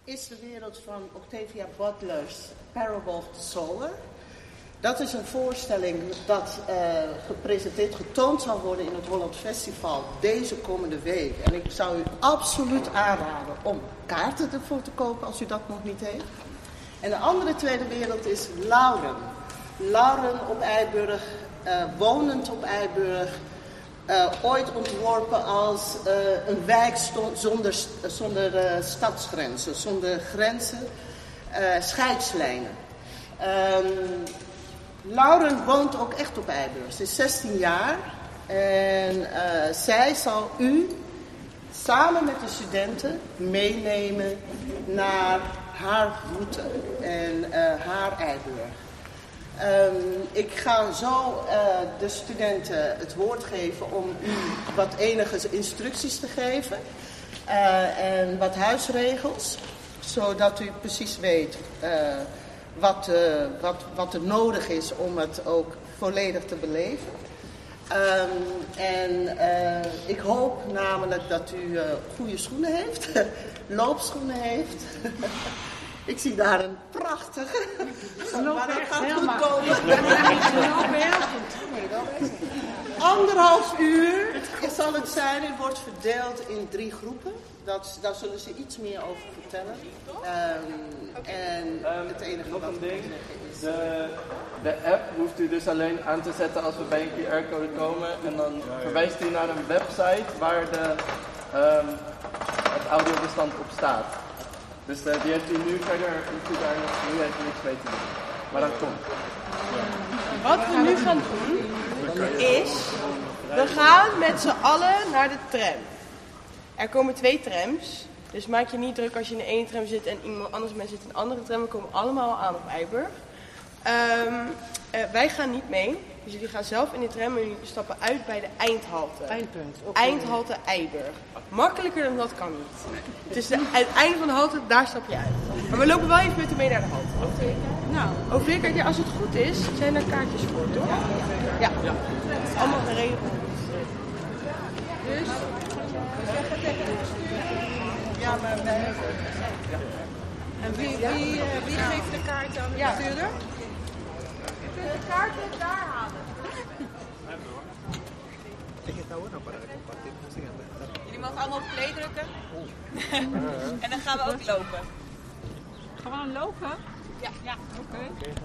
is de wereld van Octavia Butler's Parable of the Sower. Dat is een voorstelling dat gepresenteerd, getoond zal worden in het Holland Festival deze komende week. En ik zou u absoluut aanraden om kaarten ervoor te kopen als u dat nog niet heeft. En de andere tweede wereld is Lauren. Lauren op Eiburg, wonend op Eiburg. Ooit ontworpen als een wijk zonder stadsgrenzen, zonder grenzen, scheidslijnen. Lauren woont ook echt op Eiburg. Ze is 16 jaar en zij zal u samen met de studenten meenemen naar haar route en haar Eiburg. Ik ga zo de studenten het woord geven om u wat enige instructies te geven en wat huisregels, zodat u precies weet wat er nodig is om het ook volledig te beleven. Ik hoop namelijk dat u goede schoenen heeft, loopschoenen heeft. Ik zie daar een prachtige. Maar dat gaat goed komen. Anderhalf uur zal het zijn. Het wordt verdeeld in 3 groepen. Daar zullen ze iets meer over vertellen. Het enige nog wat een ding. is... De app hoeft u dus alleen aan te zetten als we bij een QR-code komen. En dan verwijst u naar een website waar het audiobestand op staat. Dus die heeft u nu verder, hoeft u daar nu even niks mee te doen. Maar dat komt. Wat we nu gaan doen, is, we gaan met z'n allen naar de tram. Er komen 2 trams, dus maak je niet druk als je in de ene tram zit en iemand anders zit in een andere tram. We komen allemaal aan op Eiburg. Wij gaan niet mee, dus jullie gaan zelf in de tram en jullie stappen uit bij de eindhalte. Eindpunt. Eindhalte Eiburg. Makkelijker dan dat kan niet. Dus het einde van de halte, daar stap je uit. Maar we lopen wel even met u mee naar de halte. Nou, overlekker, ja, als het goed is, zijn er kaartjes voor, toch? Ja. Het is allemaal geregeld. Dus, zeg het tegen de bestuurder. Ja, maar we hebben... En wie geeft de kaart aan de bestuurder? Je kunt de kaarten daar halen. Jullie mogen allemaal op play drukken. En dan gaan we ook lopen. Gewoon lopen? Ja. Oké.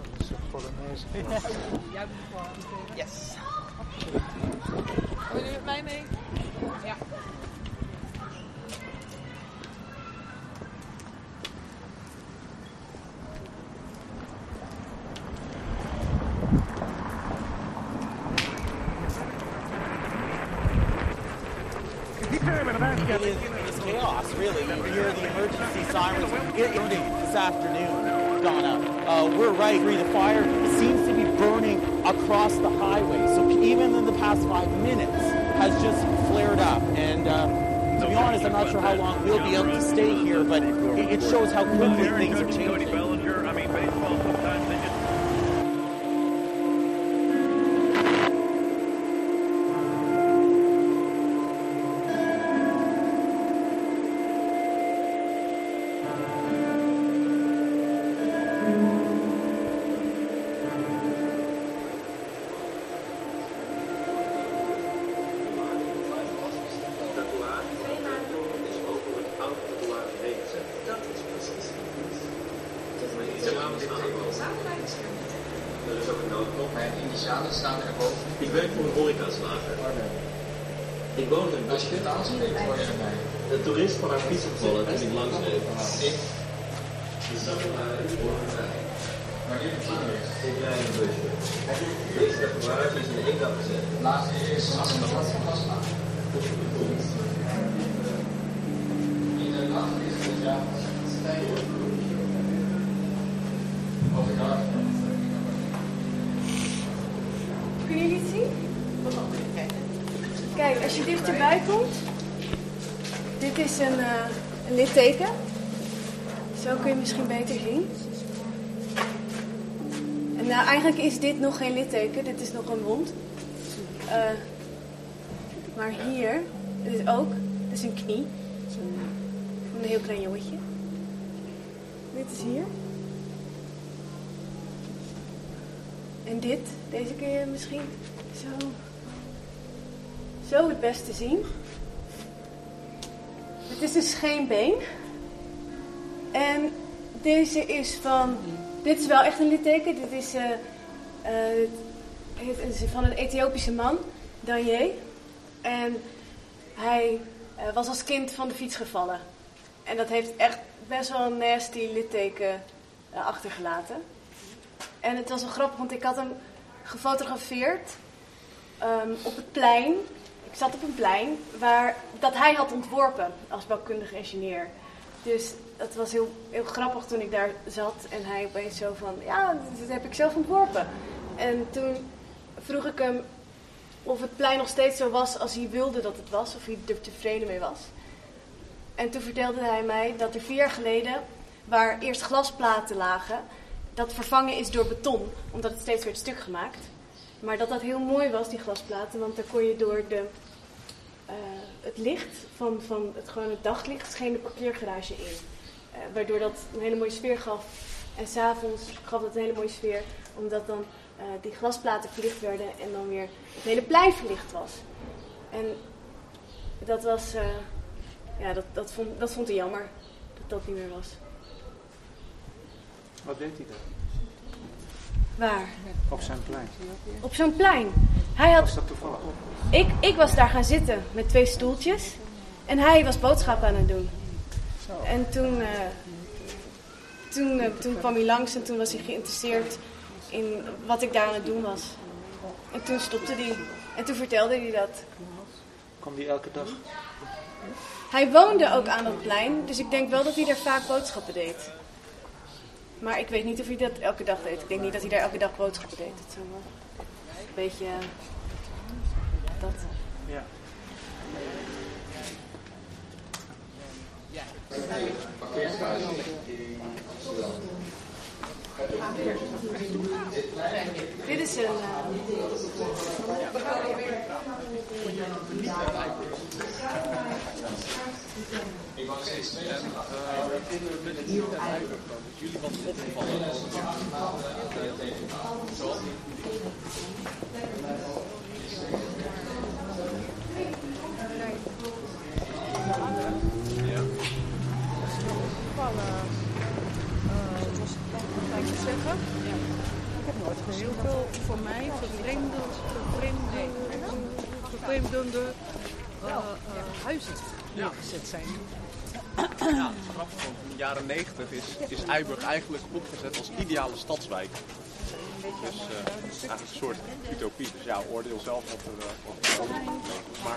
Yes. Gaan jullie met mij mee? Ja. It's chaos, really. You hear the emergency sirens. It this afternoon, Donna. We're right. The fire seems to be burning across the highway. So even in the past 5 minutes, has just flared up. And to be honest, I'm not sure how long we'll be able to stay here, but it shows how quickly things are changing. Baseball sometimes they just... Ik werk voor een horecaslager. Ik woon in Als je dit aanspreekt, hoor je erbij. De toerist van haar fiets opvallen toen ik langs reed. Dus dat maar dit is ik rij een busje. Deze garage is in één kant gezet. Het laatste is als een gas van gas aan. In de nacht is het ja, stijl. Of ik had. Kunnen jullie het zien? Kijk, als je dichterbij komt, dit is een litteken. Zo kun je misschien beter zien. En nou, eigenlijk is dit nog geen litteken, dit is nog een wond. Maar hier, dit is ook, dit is een knie. Van een heel klein jongetje. dit is hier. En deze kun je misschien zo het beste zien. Het is dus geen been. En deze is dit is wel echt een litteken. Dit is van een Ethiopische man, Danye. En hij was als kind van de fiets gevallen. En dat heeft echt best wel een nasty litteken achtergelaten. En het was wel grappig, want ik had hem gefotografeerd op het plein. Ik zat op een plein dat hij had ontworpen als bouwkundige ingenieur. Dus dat was heel, heel grappig toen ik daar zat en hij opeens zo van, ja, dat heb ik zelf ontworpen. En toen vroeg ik hem of het plein nog steeds zo was als hij wilde dat het was, of hij er tevreden mee was. En toen vertelde hij mij dat er 4 jaar geleden, waar eerst glasplaten lagen, dat vervangen is door beton, omdat het steeds werd stuk gemaakt. Maar dat heel mooi was, die glasplaten, want daar kon je door het licht van het daglicht scheen de parkeergarage in. Waardoor dat een hele mooie sfeer gaf. En 's avonds gaf dat een hele mooie sfeer, omdat dan die glasplaten verlicht werden en dan weer het hele plein verlicht was. En dat was, dat vond hij jammer, dat dat niet meer was. Wat deed hij dan? Waar? Op zijn plein. Op zo'n plein. Was dat toevallig? Ik was daar gaan zitten met 2 stoeltjes. En hij was boodschappen aan het doen. Zo. En toen kwam hij langs en toen was hij geïnteresseerd in wat ik daar aan het doen was. En toen stopte hij. En toen vertelde hij dat. Kwam hij elke dag? Hij woonde ook aan dat plein. Dus ik denk wel dat hij daar vaak boodschappen deed. Maar ik weet niet of hij dat elke dag deed. Ik denk niet dat hij daar elke dag boodschappen deed. Dat zou wel een beetje dat. Ja. Dit is een... Ik wou steeds jullie wat opgevallen als Ik heb nooit heel veel voor mij vervreemdende huizen neergezet zijn. Ja, grappig, want in de jaren 90 is Eiburg eigenlijk opgezet als ideale stadswijk. Dus eigenlijk een soort utopie. Dus ja, oordeel zelf wat er maar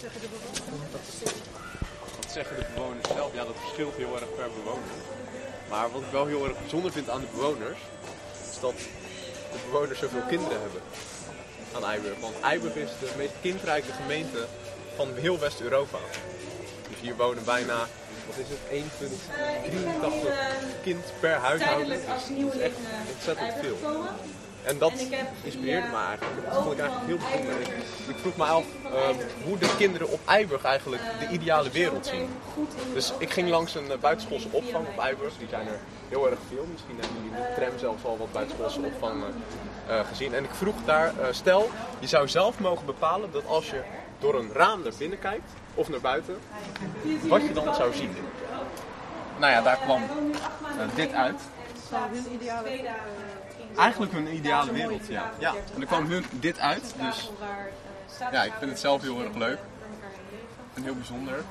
wat zeggen de bewoners zelf? Ja, dat verschilt heel erg per bewoner. Maar wat ik wel heel erg bijzonder vind aan de bewoners, is dat de bewoners zoveel kinderen hebben aan Eiburg. Want Eiburg is de meest kindrijke gemeente van heel West-Europa. Dus hier wonen bijna, wat is het, 1,83 kind per huishouden. Dus dat is echt ontzettend veel. En dat inspireerde me eigenlijk. Dat vond ik eigenlijk heel bijzonder. Ik vroeg me af hoe de kinderen op Eiburg eigenlijk de ideale wereld zien. Dus ik ging langs een buitenschoolse opvang op Eiburg. Die zijn er heel erg veel. Misschien hebben jullie in de tram zelfs al wat buitenschoolse opvang gezien. En ik vroeg daar, stel je zou zelf mogen bepalen dat als je door een raam naar binnen kijkt of naar buiten, wat je dan zou zien. Nou ja, daar kwam dit uit. Eigenlijk hun ideale wereld, ja. En er kwam hun dit uit, dus ja, ik vind het zelf heel erg leuk. En heel bijzonder.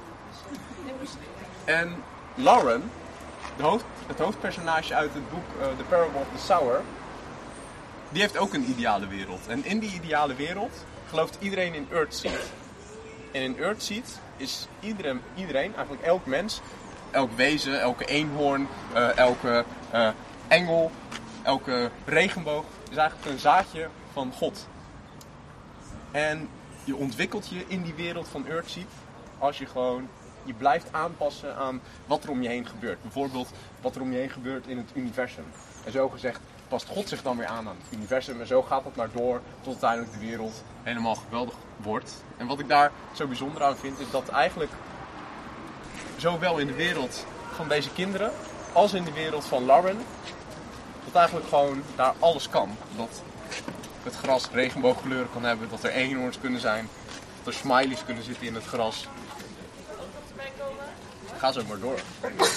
En Lauren, het hoofdpersonage uit het boek The Parable of the Sower, die heeft ook een ideale wereld. En in die ideale wereld gelooft iedereen in Earthseed. En in Earthseed is iedereen, eigenlijk elk mens, elk wezen, elke eenhoorn, elke engel, elke regenboog is eigenlijk een zaadje van God. En je ontwikkelt je in die wereld van Earthseed als je gewoon je blijft aanpassen aan wat er om je heen gebeurt. Bijvoorbeeld wat er om je heen gebeurt in het universum. En zo gezegd past God zich dan weer aan het universum. En zo gaat het maar door tot uiteindelijk de wereld helemaal geweldig wordt. En wat ik daar zo bijzonder aan vind is dat eigenlijk zowel in de wereld van deze kinderen als in de wereld van Lauren, dat eigenlijk gewoon daar alles kan. Dat het gras regenboogkleuren kan hebben, dat er eenhoorns kunnen zijn, dat er smileys kunnen zitten in het gras. Ga zo maar door.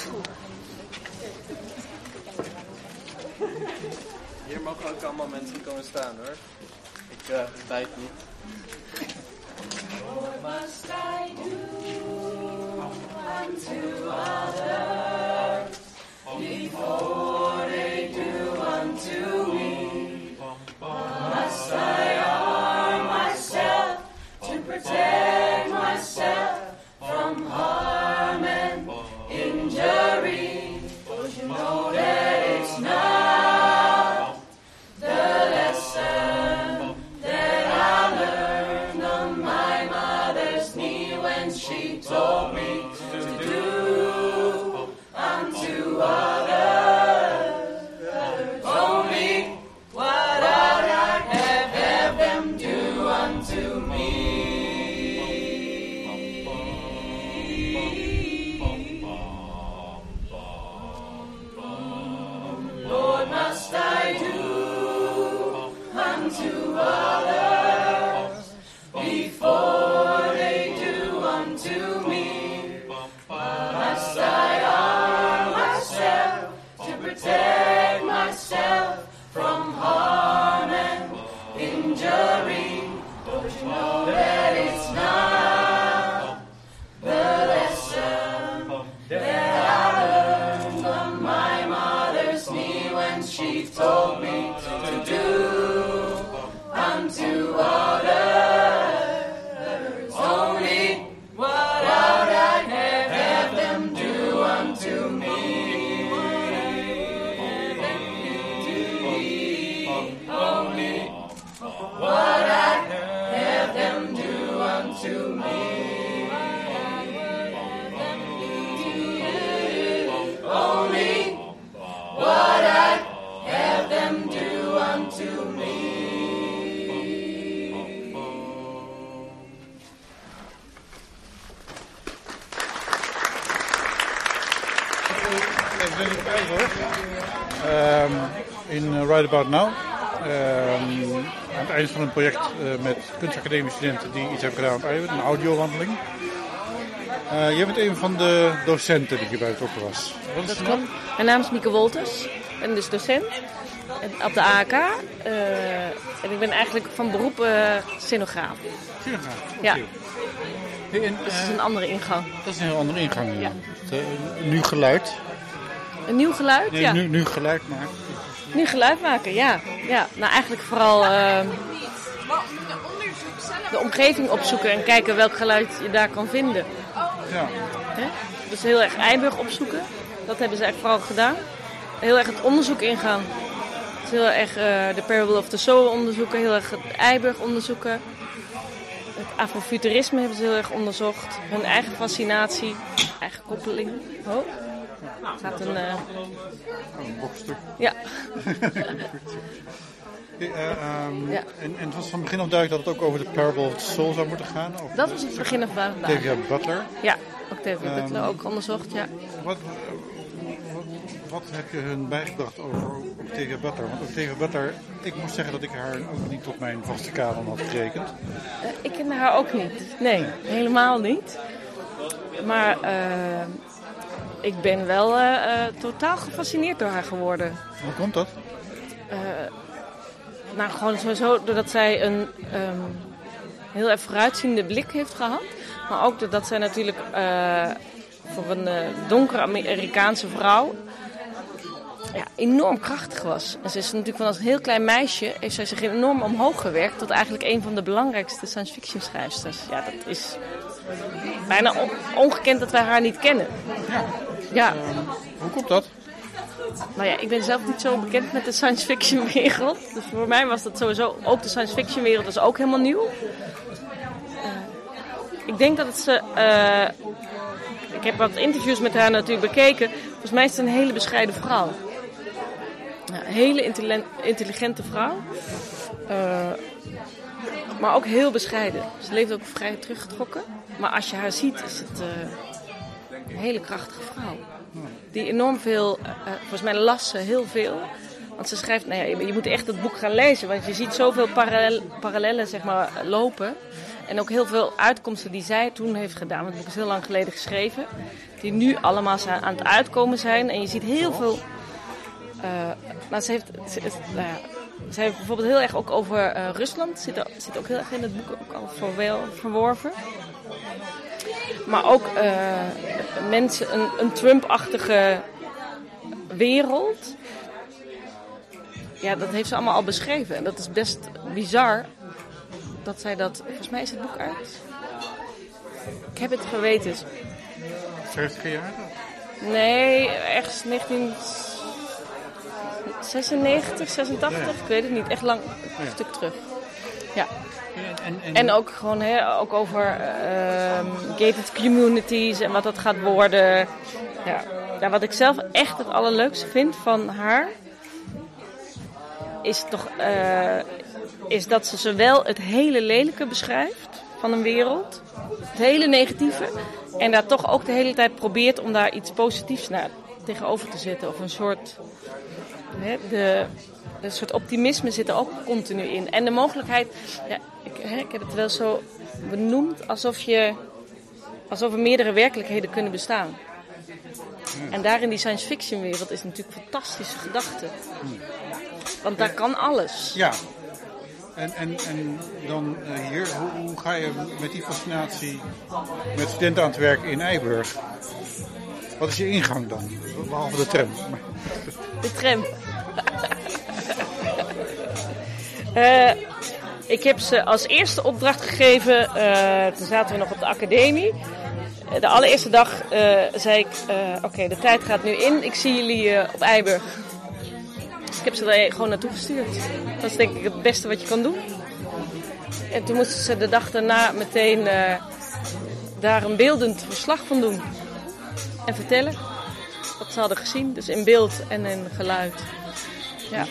Hier mogen ook allemaal mensen komen staan hoor. Ik bijt niet. What must I do unto others before they do unto me? Must I arm myself to protect myself from harm and injury? Don't you know that it's not the lesson that I learned on my mother's knee when she told me to do unto others only what I have them do unto me. Lord, must I do unto others before they do unto me? Must I arm myself to protect myself from harm and injury? Don't you know that it's not the lesson that I learned on my mother's knee when she told me to do unto others only what I'd have them do unto me. Only what I'd have them do unto me. Only what I'd have them do unto me. In Right About Now. Aan het eind van een project met kunstacademische-studenten die iets hebben gedaan op Eiwit, een audiowandeling. Jij bent een van de docenten die hierbij betrokken was. Wat is Dat je naam? klopt. Mijn naam is Mieke Wolters. Ik ben dus docent op de AAK. En ik ben eigenlijk van beroep scenograaf. Scenograaf? Ja. Okay. En, dus dat is een andere ingang. Dat is een heel andere ingang. Ja. Nu geluid. Een nieuw geluid? Nee, ja. Nu geluid maken. Nu geluid maken, ja. Nou, eigenlijk vooral de omgeving opzoeken en kijken welk geluid je daar kan vinden. Ja. Dus heel erg Eiburg opzoeken. Dat hebben ze eigenlijk vooral gedaan. Heel erg het onderzoek ingaan. Dus heel erg de Parable of the Soul onderzoeken. Heel erg het Eiburg onderzoeken. Het afrofuturisme hebben ze heel erg onderzocht. Hun eigen fascinatie. Eigen koppeling. Oh. Er staat een bokstuk. Ja. Ja. En het was van begin af duidelijk dat het ook over de Parable of the Soul zou moeten gaan? Dat was het begin af duidelijk. Octavia Butler? Ja, Octavia Butler ook onderzocht, ja. Wat heb je hun bijgebracht over Octavia Butler? Want Octavia Butler, ik moet zeggen dat ik haar ook niet tot mijn vaste kanon had gerekend. Ik kende haar ook niet. Nee, helemaal niet. Maar ik ben wel totaal gefascineerd door haar geworden. Hoe komt dat? Nou, gewoon sowieso doordat zij een heel erg vooruitziende blik heeft gehad. Maar ook doordat zij natuurlijk voor een donkere Amerikaanse vrouw enorm krachtig was. En ze is natuurlijk van als een heel klein meisje heeft zij zich enorm omhoog gewerkt tot eigenlijk een van de belangrijkste science fiction schrijfsters. Ja, dat is bijna ongekend dat wij haar niet kennen. Ja. Hoe komt dat? Nou ja, ik ben zelf niet zo bekend met de science fiction wereld. Dus voor mij was dat sowieso, ook de science fiction wereld was ook helemaal nieuw. Ik denk dat het ze... ik heb wat interviews met haar natuurlijk bekeken. Volgens mij is het een hele bescheiden vrouw. Een hele intelligente vrouw. Maar ook heel bescheiden. Ze leeft ook vrij teruggetrokken. Maar als je haar ziet, is het een hele krachtige vrouw. Die enorm veel, volgens mij las ze heel veel. Want ze schrijft, je moet echt het boek gaan lezen. Want je ziet zoveel parallellen zeg maar, lopen. En ook heel veel uitkomsten die zij toen heeft gedaan. Want het boek is heel lang geleden geschreven. Die nu allemaal aan het uitkomen zijn. En je ziet heel veel... ze heeft bijvoorbeeld heel erg ook over Rusland. Zit ook heel erg in het boek ook al verworven. Maar ook mensen, een Trump-achtige wereld. Ja, dat heeft ze allemaal al beschreven. En dat is best bizar dat zij dat... Volgens mij is het boek uit. Ik heb het geweten. 50 jaar? Nee, ergens 1996, 86. Ja. Ik weet het niet. Echt lang, een stuk terug. Ja. En ook gewoon ook over gated communities en wat dat gaat worden. Ja, wat ik zelf echt het allerleukste vind van haar... is toch is dat ze zowel het hele lelijke beschrijft van een wereld, het hele negatieve, en daar toch ook de hele tijd probeert om daar iets positiefs naar tegenover te zetten. Of een soort, een soort optimisme zit er ook continu in. En de mogelijkheid, ik heb het wel zo benoemd, alsof er meerdere werkelijkheden kunnen bestaan. En daar in die science fiction wereld is natuurlijk een fantastische gedachte. Want daar kan alles. Ja. En dan hier, hoe ga je met die fascinatie met studenten aan het werken in Eiburg? Wat is je ingang dan? Behalve de tram. De tram. Ik heb ze als eerste opdracht gegeven, toen zaten we nog op de academie. De allereerste dag zei ik, oké, de tijd gaat nu in, ik zie jullie op Eiburg. Ik heb ze er gewoon naartoe gestuurd. Dat is denk ik het beste wat je kan doen. En toen moesten ze de dag daarna meteen daar een beeldend verslag van doen. En vertellen wat ze hadden gezien. Dus in beeld en in geluid. Ja.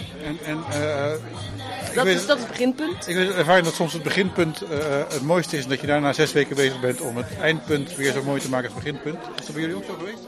Dat is het beginpunt. Ik weet ervaring dat soms het beginpunt het mooiste is. En dat je daarna 6 weken bezig bent om het eindpunt weer zo mooi te maken als het beginpunt. Is dat bij jullie ook zo geweest?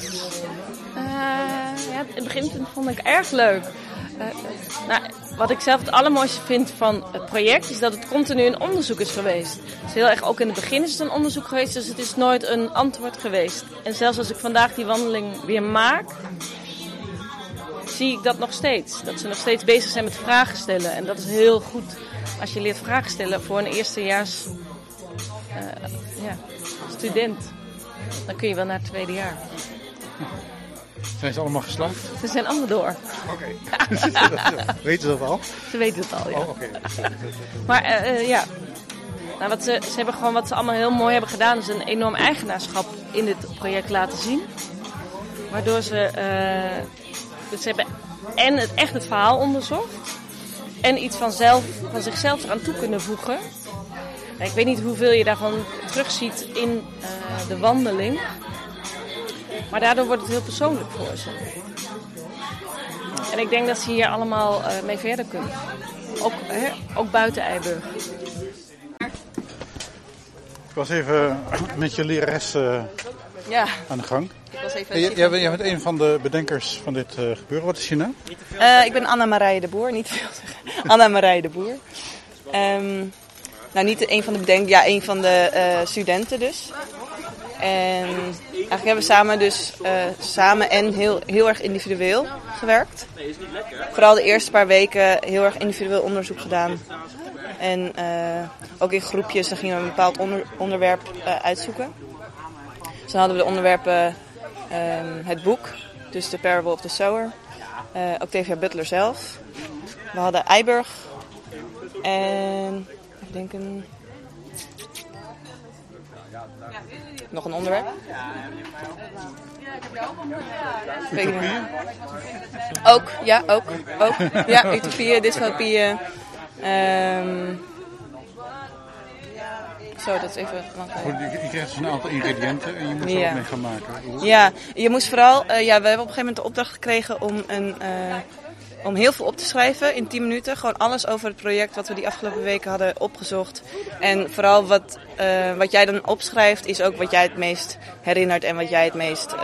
Het beginpunt vond ik erg leuk. Wat ik zelf het allermooiste vind van het project is dat het continu een onderzoek is geweest. Dus heel erg ook in het begin is het een onderzoek geweest, dus het is nooit een antwoord geweest. En zelfs als ik vandaag die wandeling weer maak, zie ik dat nog steeds. Dat ze nog steeds bezig zijn met vragen stellen. En dat is heel goed als je leert vragen stellen voor een eerstejaars student. Dan kun je wel naar het tweede jaar. Zijn ze allemaal geslaagd? Ze zijn allemaal door. Oké. Weten ze dat al? Ze weten het al, ja. Oh, oké. Maar Nou, ze hebben gewoon wat ze allemaal heel mooi hebben gedaan, is een enorm eigenaarschap in dit project laten zien. Waardoor ze hebben en het verhaal onderzocht en iets van zichzelf eraan toe kunnen voegen. Ik weet niet hoeveel je daarvan terugziet in de wandeling. Maar daardoor wordt het heel persoonlijk voor ze. En ik denk dat ze hier allemaal mee verder kunnen. Ook buiten Eiburg. Ik was even met je lerares aan de gang. Ik was even jij bent een van de bedenkers van dit gebeuren. Wat is je naam? Ik ben Anna-Marije de Boer, niet veel zeggen. Anna-Marije de Boer. Niet een van de bedenkers, een van de studenten dus. En eigenlijk hebben we samen en heel erg individueel gewerkt. Vooral de eerste paar weken heel erg individueel onderzoek gedaan. En ook in groepjes, dan gingen we een bepaald onderwerp uitzoeken. Dus dan hadden we de onderwerpen het boek, dus The Parable of the Sower. Octavia Butler zelf. We hadden Eiburg. En ik denk nog een onderwerp. Utopie? Ook. Ja, utopie, dystopie. Zo, dat is even lang geleden. Je krijgt dus een aantal ingrediënten en je moet er wat mee gaan maken. Ja, je moest vooral... we hebben op een gegeven moment de opdracht gekregen om heel veel op te schrijven in 10 minuten. Gewoon alles over het project wat we die afgelopen weken hadden opgezocht. En vooral wat jij dan opschrijft is ook wat jij het meest herinnert en wat jij het meest...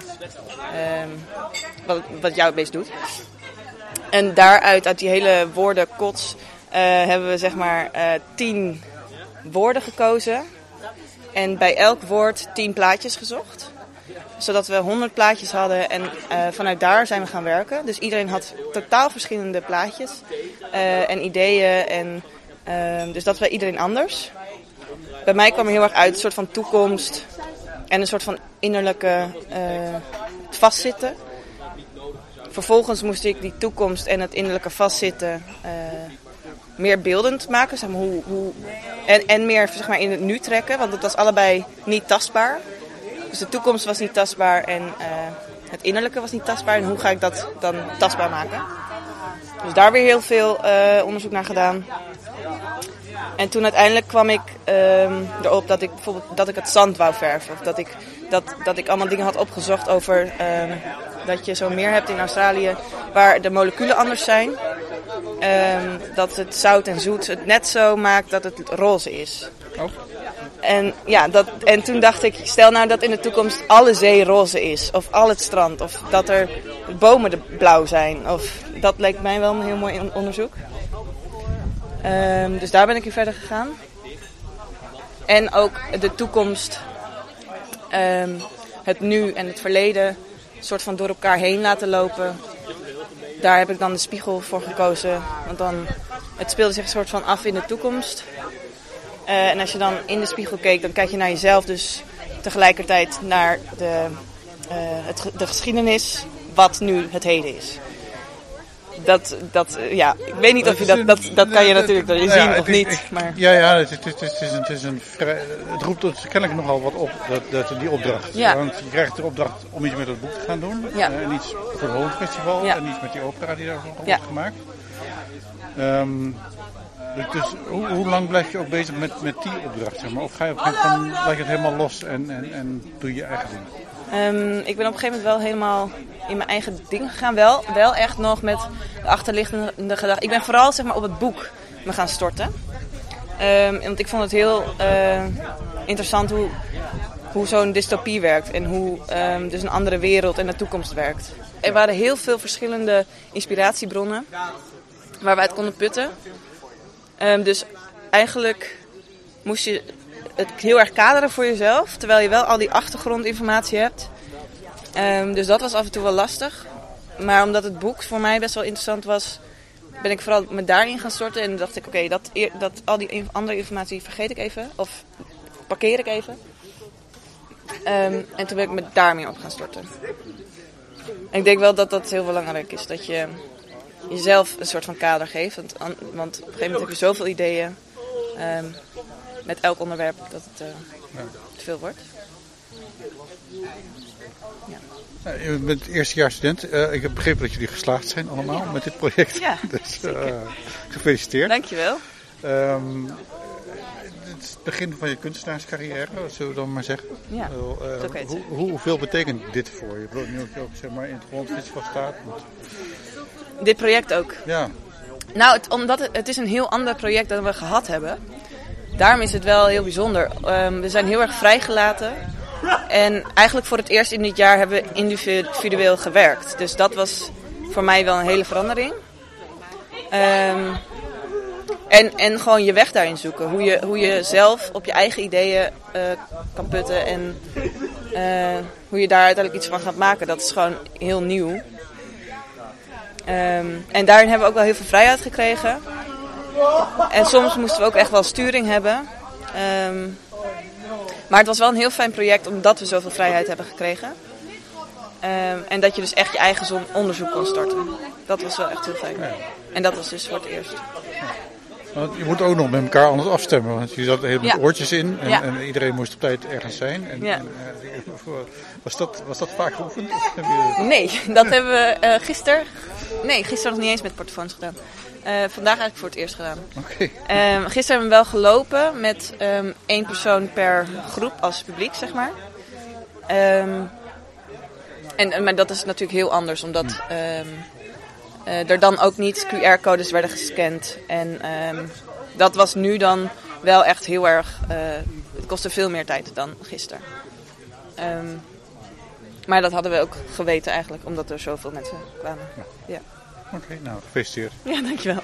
wat jou het meest doet. En daaruit, uit die hele woordenkots, hebben we zeg maar 10 woorden gekozen. En bij elk woord 10 plaatjes gezocht. Zodat we 100 plaatjes hadden en vanuit daar zijn we gaan werken. Dus iedereen had totaal verschillende plaatjes en ideeën. Dus dat was iedereen anders. Bij mij kwam er heel erg uit een soort van toekomst en een soort van innerlijke vastzitten. Vervolgens moest ik die toekomst en het innerlijke vastzitten meer beeldend maken. Zeg maar, en meer zeg maar, in het nu trekken, want het was allebei niet tastbaar. Dus de toekomst was niet tastbaar en het innerlijke was niet tastbaar. En hoe ga ik dat dan tastbaar maken? Dus daar weer heel veel onderzoek naar gedaan. En toen uiteindelijk kwam ik erop dat ik bijvoorbeeld dat ik het zand wou verven. Of dat ik allemaal dingen had opgezocht over dat je zo meer hebt in Australië waar de moleculen anders zijn. Dat het zout en zoet het net zo maakt dat het roze is. Oh. En toen dacht ik, stel nou dat in de toekomst alle zee roze is. Of al het strand. Of dat er bomen blauw zijn. Dat leek mij wel een heel mooi onderzoek. Dus daar ben ik weer verder gegaan. En ook de toekomst, het nu en het verleden, soort van door elkaar heen laten lopen. Daar heb ik dan de spiegel voor gekozen. Want dan, het speelde zich een soort van af in de toekomst. En als je dan in de spiegel keek, dan kijk je naar jezelf. Dus tegelijkertijd naar de geschiedenis, wat nu het heden is. Ik weet niet of je dat kan je natuurlijk zien of niet. Maar... Het roept ons kennelijk nogal wat op, die opdracht. Ja. Want je krijgt de opdracht om iets met het boek te gaan doen. Ja. En iets voor het Holland Festival en iets met die opera die daarvoor wordt gemaakt. Dus hoe lang blijf je ook bezig met die opdracht? Zeg maar? Of ga je op een gegeven moment laat je het helemaal los en doe je eigen ding? Ik ben op een gegeven moment wel helemaal in mijn eigen ding gegaan. Wel echt nog met de achterliggende gedachte. Ik ben vooral zeg maar, op het boek me gaan storten. Want ik vond het heel interessant hoe zo'n dystopie werkt. En hoe dus een andere wereld en de toekomst werkt. Er waren heel veel verschillende inspiratiebronnen waar we uit konden putten. Dus eigenlijk moest je het heel erg kaderen voor jezelf, terwijl je wel al die achtergrondinformatie hebt. Dus dat was af en toe wel lastig. Maar omdat het boek voor mij best wel interessant was, ben ik vooral me daarin gaan storten. En dacht ik, oké, al die andere informatie vergeet ik even. Of parkeer ik even. En toen ben ik me daar meer op gaan storten. En ik denk wel dat dat heel belangrijk is. Dat je jezelf een soort van kader geeft. Want op een gegeven moment heb je zoveel ideeën. Met elk onderwerp dat het te veel wordt. Ja. Je bent eerstejaarsstudent. Ik heb begrepen dat jullie geslaagd zijn allemaal met dit project. Ja. Dus gefeliciteerd. Dankjewel. Het is het begin van je kunstenaarscarrière, zullen we dan maar zeggen. Ja, zo kan je het zeggen. Hoeveel betekent dit voor je? Ik bedoel, nu ook zeg maar, in het Holland Festival staat. Dit project ook? Ja. Nou, omdat het is een heel ander project dan we gehad hebben. Daarom is het wel heel bijzonder. We zijn heel erg vrijgelaten. En eigenlijk voor het eerst in dit jaar hebben we individueel gewerkt. Dus dat was voor mij wel een hele verandering. En gewoon je weg daarin zoeken. Hoe je zelf op je eigen ideeën kan putten. En hoe je daar uiteindelijk iets van gaat maken. Dat is gewoon heel nieuw. En daarin hebben we ook wel heel veel vrijheid gekregen. En soms moesten we ook echt wel sturing hebben. Maar het was wel een heel fijn project omdat we zoveel vrijheid hebben gekregen. En dat je dus echt je eigen onderzoek kon starten. Dat was wel echt heel fijn. En dat was dus voor het eerst. Want je moet ook nog met elkaar anders afstemmen. Want je zat heel met Ja. oortjes in en, Ja. en iedereen moest op tijd ergens zijn. En, Ja. was dat vaak geoefend? Of heb je... Nee, dat hebben we gisteren nog niet eens met portofoons gedaan. Vandaag eigenlijk voor het eerst gedaan. Oké. Gisteren hebben we wel gelopen met 1 persoon per groep als publiek, zeg maar. Maar dat is natuurlijk heel anders, omdat er dan ook niet QR-codes werden gescand. En dat was nu dan wel echt heel erg... het kostte veel meer tijd dan gisteren. Maar dat hadden we ook geweten eigenlijk, omdat er zoveel mensen kwamen. Ja. Oké, nou, gefeliciteerd. Ja, dankjewel.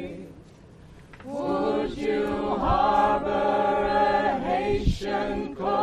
Cold